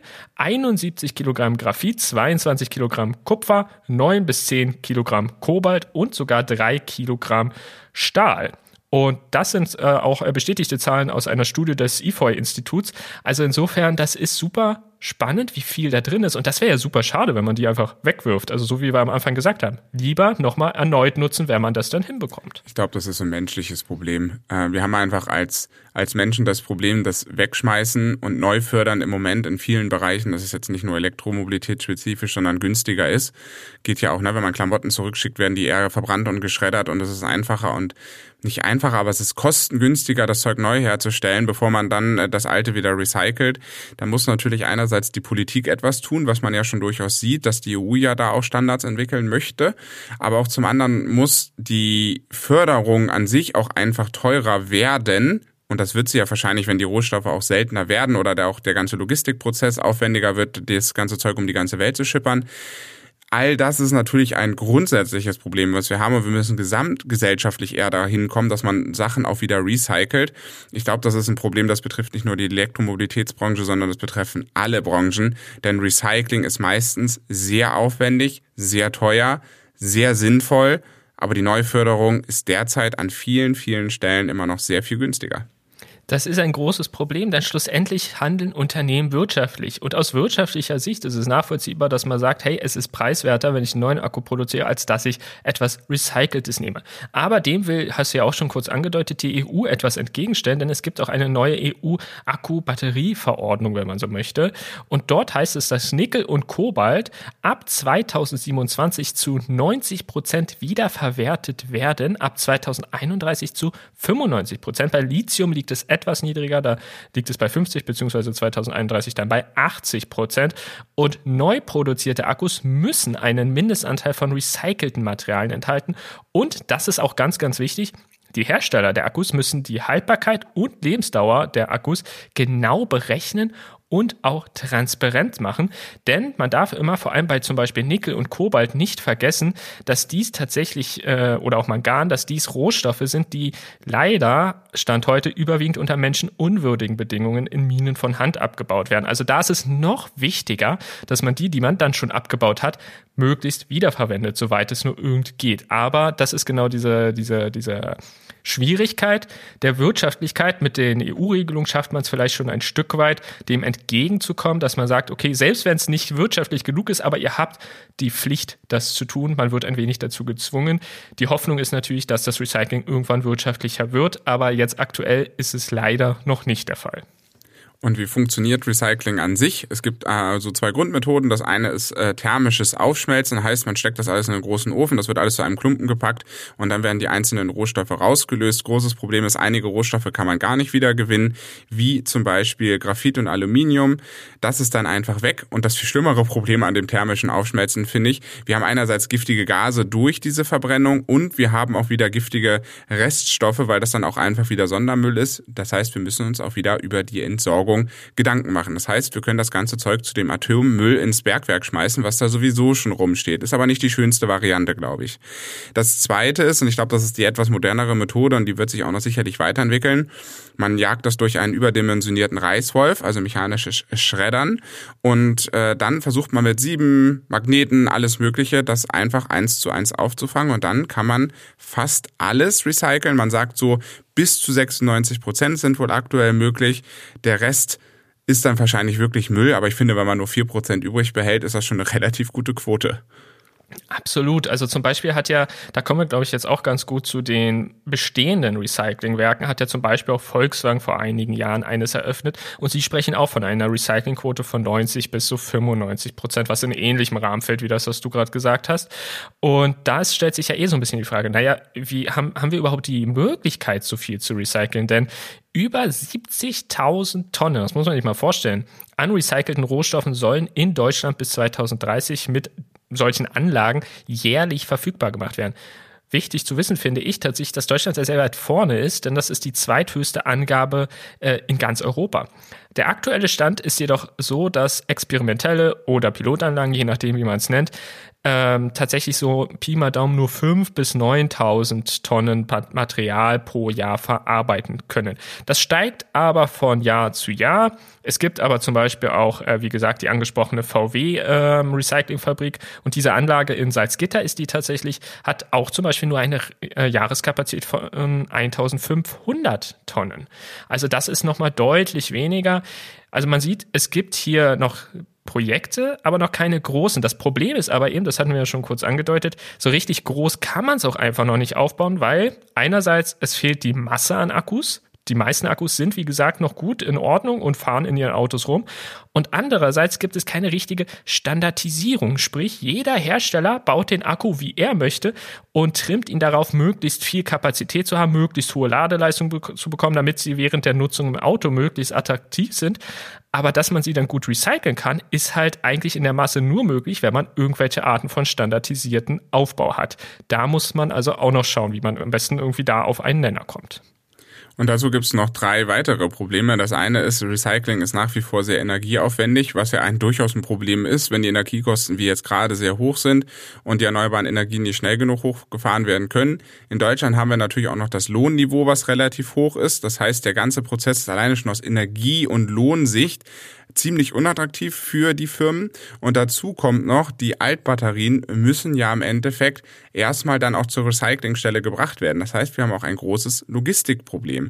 71 Kilogramm Graphit, 22 Kilogramm Kupfer, 9 bis 10 Kilogramm Kobalt und sogar 3 Kilogramm Stahl. Und das sind auch bestätigte Zahlen aus einer Studie des IFOI-Instituts. Also insofern, das ist super spannend, wie viel da drin ist. Und das wäre ja super schade, wenn man die einfach wegwirft. Also so wie wir am Anfang gesagt haben. Lieber nochmal erneut nutzen, wenn man das dann hinbekommt. Ich glaube, das ist ein menschliches Problem. Wir haben einfach als Menschen das Problem, dass Wegschmeißen und Neufördern im Moment in vielen Bereichen, das ist jetzt nicht nur elektromobilitätsspezifisch, sondern günstiger ist. Geht ja auch, ne, wenn man Klamotten zurückschickt, werden die eher verbrannt und geschreddert und es ist einfacher und nicht einfacher, aber es ist kostengünstiger, das Zeug neu herzustellen, bevor man dann das alte wieder recycelt. Da muss natürlich einerseits die Politik etwas tun, was man ja schon durchaus sieht, dass die EU ja da auch Standards entwickeln möchte. Aber auch zum anderen muss die Förderung an sich auch einfach teurer werden. Und das wird sie ja wahrscheinlich, wenn die Rohstoffe auch seltener werden oder auch der ganze Logistikprozess aufwendiger wird, das ganze Zeug um die ganze Welt zu schippern. All das ist natürlich ein grundsätzliches Problem, was wir haben, und wir müssen gesamtgesellschaftlich eher dahin kommen, dass man Sachen auch wieder recycelt. Ich glaube, das ist ein Problem, das betrifft nicht nur die Elektromobilitätsbranche, sondern das betreffen alle Branchen, denn Recycling ist meistens sehr aufwendig, sehr teuer, sehr sinnvoll, aber die Neuförderung ist derzeit an vielen, vielen Stellen immer noch sehr viel günstiger. Das ist ein großes Problem, denn schlussendlich handeln Unternehmen wirtschaftlich. Und aus wirtschaftlicher Sicht ist es nachvollziehbar, dass man sagt, hey, es ist preiswerter, wenn ich einen neuen Akku produziere, als dass ich etwas Recyceltes nehme. Aber dem hast du ja auch schon kurz angedeutet, die EU etwas entgegenstellen, denn es gibt auch eine neue EU-Akku-Batterieverordnung, wenn man so möchte. Und dort heißt es, dass Nickel und Kobalt ab 2027 zu 90% wiederverwertet werden, ab 2031 zu 95%. Bei Lithium liegt es etwas niedriger, da liegt es bei 50 bzw. 2031 dann bei 80%. Und neu produzierte Akkus müssen einen Mindestanteil von recycelten Materialien enthalten. Und das ist auch ganz, ganz wichtig. Die Hersteller der Akkus müssen die Haltbarkeit und Lebensdauer der Akkus genau berechnen und auch transparent machen, denn man darf immer vor allem bei zum Beispiel Nickel und Kobalt nicht vergessen, dass dies tatsächlich, oder auch Mangan, dass dies Rohstoffe sind, die leider, Stand heute, überwiegend unter menschenunwürdigen Bedingungen in Minen von Hand abgebaut werden. Also da ist es noch wichtiger, dass man die man dann schon abgebaut hat, möglichst wiederverwendet, soweit es nur irgend geht. Aber das ist genau diese Schwierigkeit der Wirtschaftlichkeit. Mit den EU-Regelungen schafft man es vielleicht schon ein Stück weit, dem entgegenzukommen, dass man sagt, okay, selbst wenn es nicht wirtschaftlich genug ist, aber ihr habt die Pflicht, das zu tun. Man wird ein wenig dazu gezwungen. Die Hoffnung ist natürlich, dass das Recycling irgendwann wirtschaftlicher wird, aber jetzt aktuell ist es leider noch nicht der Fall. Und wie funktioniert Recycling an sich? Es gibt so zwei Grundmethoden. Das eine ist thermisches Aufschmelzen, heißt, man steckt das alles in einen großen Ofen, das wird alles zu einem Klumpen gepackt und dann werden die einzelnen Rohstoffe rausgelöst. Großes Problem ist, einige Rohstoffe kann man gar nicht wieder gewinnen, wie zum Beispiel Graphit und Aluminium. Das ist dann einfach weg. Und das viel schlimmere Problem an dem thermischen Aufschmelzen finde ich, wir haben einerseits giftige Gase durch diese Verbrennung und wir haben auch wieder giftige Reststoffe, weil das dann auch einfach wieder Sondermüll ist. Das heißt, wir müssen uns auch wieder über die Entsorgung Gedanken machen. Das heißt, wir können das ganze Zeug zu dem Atommüll ins Bergwerk schmeißen, was da sowieso schon rumsteht. Ist aber nicht die schönste Variante, glaube ich. Das Zweite ist, und ich glaube, das ist die etwas modernere Methode und die wird sich auch noch sicherlich weiterentwickeln, man jagt das durch einen überdimensionierten Reißwolf, also mechanisches Schreddern und dann versucht man mit 7 Magneten, alles Mögliche, das einfach 1:1 aufzufangen und dann kann man fast alles recyceln. Man sagt so, bis zu 96% sind wohl aktuell möglich. Der Rest ist dann wahrscheinlich wirklich Müll, aber ich finde, wenn man nur 4% übrig behält, ist das schon eine relativ gute Quote. Absolut. Also zum Beispiel da kommen wir, glaube ich, jetzt auch ganz gut zu den bestehenden Recyclingwerken, hat ja zum Beispiel auch Volkswagen vor einigen Jahren eines eröffnet und sie sprechen auch von einer Recyclingquote von 90 bis zu 95%, was in ähnlichem Rahmen fällt, wie das, was du gerade gesagt hast. Und da stellt sich ja so ein bisschen die Frage, wie haben wir überhaupt die Möglichkeit, so viel zu recyceln? Denn über 70.000 Tonnen, das muss man sich mal vorstellen, an recycelten Rohstoffen sollen in Deutschland bis 2030 mit solchen Anlagen jährlich verfügbar gemacht werden. Wichtig zu wissen finde ich tatsächlich, dass Deutschland sehr, sehr weit vorne ist, denn das ist die zweithöchste Angabe in ganz Europa. Der aktuelle Stand ist jedoch so, dass experimentelle oder Pilotanlagen, je nachdem wie man es nennt, tatsächlich so Pi mal Daumen nur 5.000 bis 9.000 Tonnen Material pro Jahr verarbeiten können. Das steigt aber von Jahr zu Jahr. Es gibt aber zum Beispiel auch, wie gesagt, die angesprochene VW-Recyclingfabrik und diese Anlage in Salzgitter hat auch zum Beispiel nur eine Jahreskapazität von 1.500 Tonnen. Also das ist nochmal deutlich weniger. Also man sieht, es gibt hier noch Projekte, aber noch keine großen. Das Problem ist aber eben, das hatten wir ja schon kurz angedeutet, so richtig groß kann man es auch einfach noch nicht aufbauen, weil einerseits es fehlt die Masse an Akkus. Die meisten Akkus sind, wie gesagt, noch gut in Ordnung und fahren in ihren Autos rum. Und andererseits gibt es keine richtige Standardisierung. Sprich, jeder Hersteller baut den Akku, wie er möchte und trimmt ihn darauf, möglichst viel Kapazität zu haben, möglichst hohe Ladeleistung zu bekommen, damit sie während der Nutzung im Auto möglichst attraktiv sind. Aber dass man sie dann gut recyceln kann, ist halt eigentlich in der Masse nur möglich, wenn man irgendwelche Arten von standardisierten Aufbau hat. Da muss man also auch noch schauen, wie man am besten irgendwie da auf einen Nenner kommt. Und dazu gibt es noch 3 weitere Probleme. Das eine ist, Recycling ist nach wie vor sehr energieaufwendig, was ja durchaus ein Problem ist, wenn die Energiekosten wie jetzt gerade sehr hoch sind und die erneuerbaren Energien nicht schnell genug hochgefahren werden können. In Deutschland haben wir natürlich auch noch das Lohnniveau, was relativ hoch ist. Das heißt, der ganze Prozess ist alleine schon aus Energie- und Lohnsicht ziemlich unattraktiv für die Firmen. Und dazu kommt noch, die Altbatterien müssen ja im Endeffekt erstmal dann auch zur Recyclingstelle gebracht werden. Das heißt, wir haben auch ein großes Logistikproblem.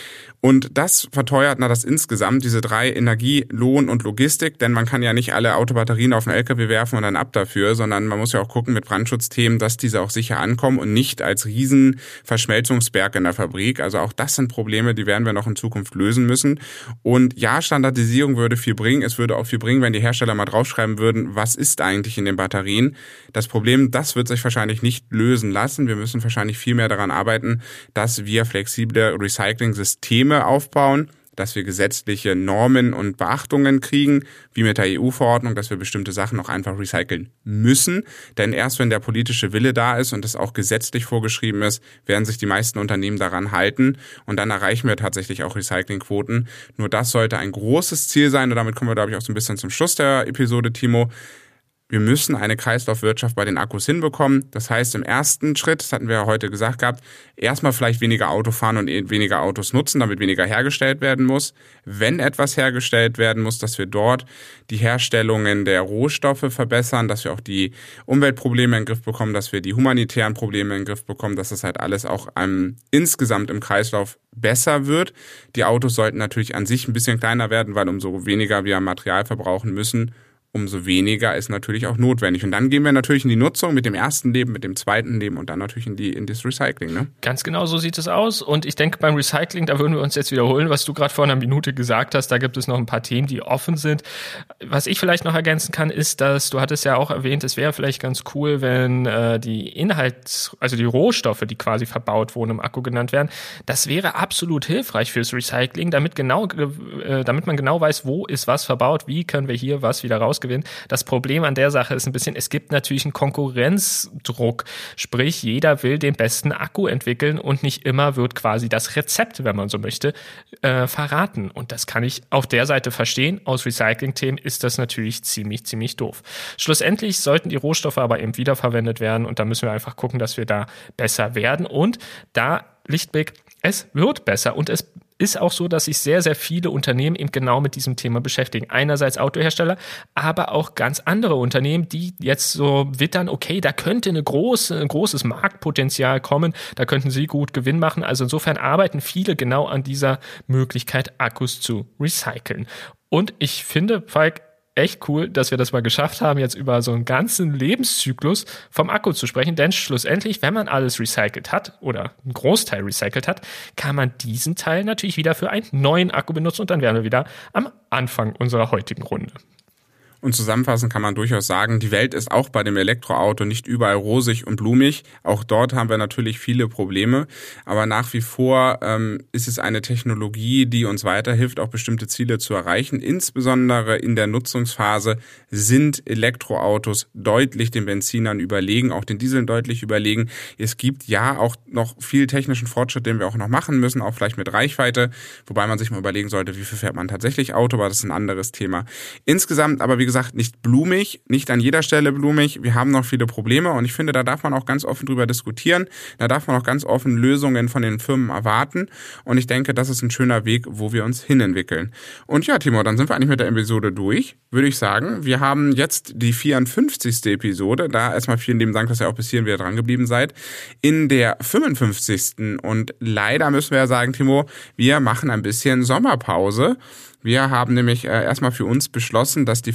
Und das verteuert das insgesamt, diese 3 Energie, Lohn und Logistik, denn man kann ja nicht alle Autobatterien auf den LKW werfen und dann ab dafür, sondern man muss ja auch gucken mit Brandschutzthemen, dass diese auch sicher ankommen und nicht als riesen Verschmelzungsberg in der Fabrik. Also auch das sind Probleme, die werden wir noch in Zukunft lösen müssen. Und ja, Standardisierung würde viel bringen. Es würde auch viel bringen, wenn die Hersteller mal draufschreiben würden, was ist eigentlich in den Batterien. Das Problem, das wird sich wahrscheinlich nicht lösen lassen. Wir müssen wahrscheinlich viel mehr daran arbeiten, dass wir flexible Recycling-Systeme aufbauen, dass wir gesetzliche Normen und Beachtungen kriegen, wie mit der EU-Verordnung, dass wir bestimmte Sachen auch einfach recyceln müssen. Denn erst wenn der politische Wille da ist und es auch gesetzlich vorgeschrieben ist, werden sich die meisten Unternehmen daran halten und dann erreichen wir tatsächlich auch Recyclingquoten. Nur das sollte ein großes Ziel sein und damit kommen wir, glaube ich, auch so ein bisschen zum Schluss der Episode, Timo. Wir müssen eine Kreislaufwirtschaft bei den Akkus hinbekommen. Das heißt, im ersten Schritt, das hatten wir ja heute gesagt gehabt, erstmal vielleicht weniger Auto fahren und weniger Autos nutzen, damit weniger hergestellt werden muss. Wenn etwas hergestellt werden muss, dass wir dort die Herstellungen der Rohstoffe verbessern, dass wir auch die Umweltprobleme in den Griff bekommen, dass wir die humanitären Probleme in den Griff bekommen, dass das halt alles auch insgesamt im Kreislauf besser wird. Die Autos sollten natürlich an sich ein bisschen kleiner werden, weil umso weniger wir Material verbrauchen müssen, umso weniger ist natürlich auch notwendig. Und dann gehen wir natürlich in die Nutzung mit dem ersten Leben, mit dem zweiten Leben und dann natürlich in das Recycling. Ne? Ganz genau so sieht es aus. Und ich denke, beim Recycling, da würden wir uns jetzt wiederholen, was du gerade vor einer Minute gesagt hast. Da gibt es noch ein paar Themen, die offen sind. Was ich vielleicht noch ergänzen kann, ist, dass du hattest ja auch erwähnt, es wäre vielleicht ganz cool, wenn die Rohstoffe, die quasi verbaut wurden im Akku genannt werden, das wäre absolut hilfreich fürs Recycling, damit man genau weiß, wo ist was verbaut, wie können wir hier was wieder rausgewinnen. Das Problem an der Sache ist ein bisschen, es gibt natürlich einen Konkurrenzdruck. Sprich, jeder will den besten Akku entwickeln und nicht immer wird quasi das Rezept, wenn man so möchte, verraten. Und das kann ich auf der Seite verstehen. Aus Recycling-Themen ist das natürlich ziemlich, ziemlich doof. Schlussendlich sollten die Rohstoffe aber eben wiederverwendet werden und da müssen wir einfach gucken, dass wir da besser werden. Und da, Lichtblick, es wird besser und es ist auch so, dass sich sehr, sehr viele Unternehmen eben genau mit diesem Thema beschäftigen. Einerseits Autohersteller, aber auch ganz andere Unternehmen, die jetzt so wittern, okay, da könnte ein großes Marktpotenzial kommen, da könnten sie gut Gewinn machen. Also insofern arbeiten viele genau an dieser Möglichkeit, Akkus zu recyceln. Und ich finde, Falk, echt cool, dass wir das mal geschafft haben, jetzt über so einen ganzen Lebenszyklus vom Akku zu sprechen, denn schlussendlich, wenn man alles recycelt hat oder einen Großteil recycelt hat, kann man diesen Teil natürlich wieder für einen neuen Akku benutzen und dann wären wir wieder am Anfang unserer heutigen Runde. Und zusammenfassend kann man durchaus sagen, die Welt ist auch bei dem Elektroauto nicht überall rosig und blumig. Auch dort haben wir natürlich viele Probleme. Aber nach wie vor ist es eine Technologie, die uns weiterhilft, auch bestimmte Ziele zu erreichen. Insbesondere in der Nutzungsphase sind Elektroautos deutlich den Benzinern überlegen, auch den Dieseln deutlich überlegen. Es gibt ja auch noch viel technischen Fortschritt, den wir auch noch machen müssen, auch vielleicht mit Reichweite. Wobei man sich mal überlegen sollte, wie viel fährt man tatsächlich Auto, aber das ist ein anderes Thema. Insgesamt aber, wie gesagt, nicht blumig, nicht an jeder Stelle blumig. Wir haben noch viele Probleme und ich finde, da darf man auch ganz offen drüber diskutieren. Da darf man auch ganz offen Lösungen von den Firmen erwarten und ich denke, das ist ein schöner Weg, wo wir uns hinentwickeln. Und ja, Timo, dann sind wir eigentlich mit der Episode durch, würde ich sagen. Wir haben jetzt die 54. Episode. Da erstmal vielen lieben Dank, dass ihr auch bis hierhin wieder dran geblieben seid. In der 55. Und leider müssen wir ja sagen, Timo, wir machen ein bisschen Sommerpause. Wir haben nämlich erstmal für uns beschlossen, dass die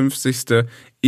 55.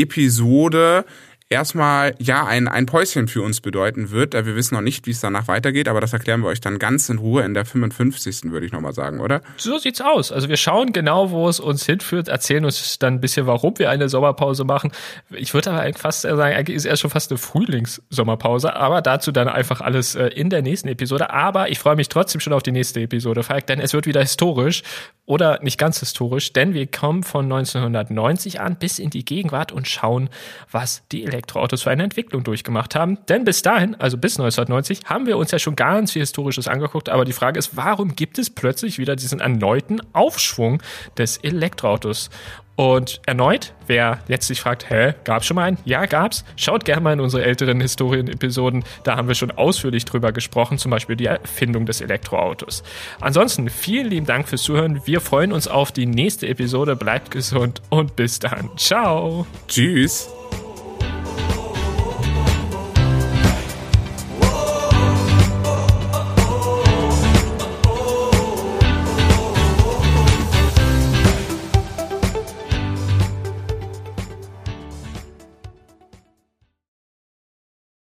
Episode erstmal ein Päuschen für uns bedeuten wird. Wir wissen noch nicht, wie es danach weitergeht, aber das erklären wir euch dann ganz in Ruhe in der 55. würde ich nochmal sagen, oder? So sieht's aus. Also wir schauen genau, wo es uns hinführt, erzählen uns dann ein bisschen, warum wir eine Sommerpause machen. Ich würde aber eigentlich fast sagen, eigentlich ist es schon fast eine Frühlingssommerpause, aber dazu dann einfach alles in der nächsten Episode. Aber ich freue mich trotzdem schon auf die nächste Episode, Falk, denn es wird wieder historisch oder nicht ganz historisch, denn wir kommen von 1990 an bis in die Gegenwart und schauen, was die Elektroautos für eine Entwicklung durchgemacht haben. Denn bis dahin, also bis 1990, haben wir uns ja schon ganz viel Historisches angeguckt. Aber die Frage ist, warum gibt es plötzlich wieder diesen erneuten Aufschwung des Elektroautos? Und erneut, wer jetzt sich fragt, gab's schon mal einen? Ja, gab's. Schaut gerne mal in unsere älteren Historien-Episoden. Da haben wir schon ausführlich drüber gesprochen, zum Beispiel die Erfindung des Elektroautos. Ansonsten, vielen lieben Dank fürs Zuhören. Wir freuen uns auf die nächste Episode. Bleibt gesund und bis dann. Ciao. Tschüss.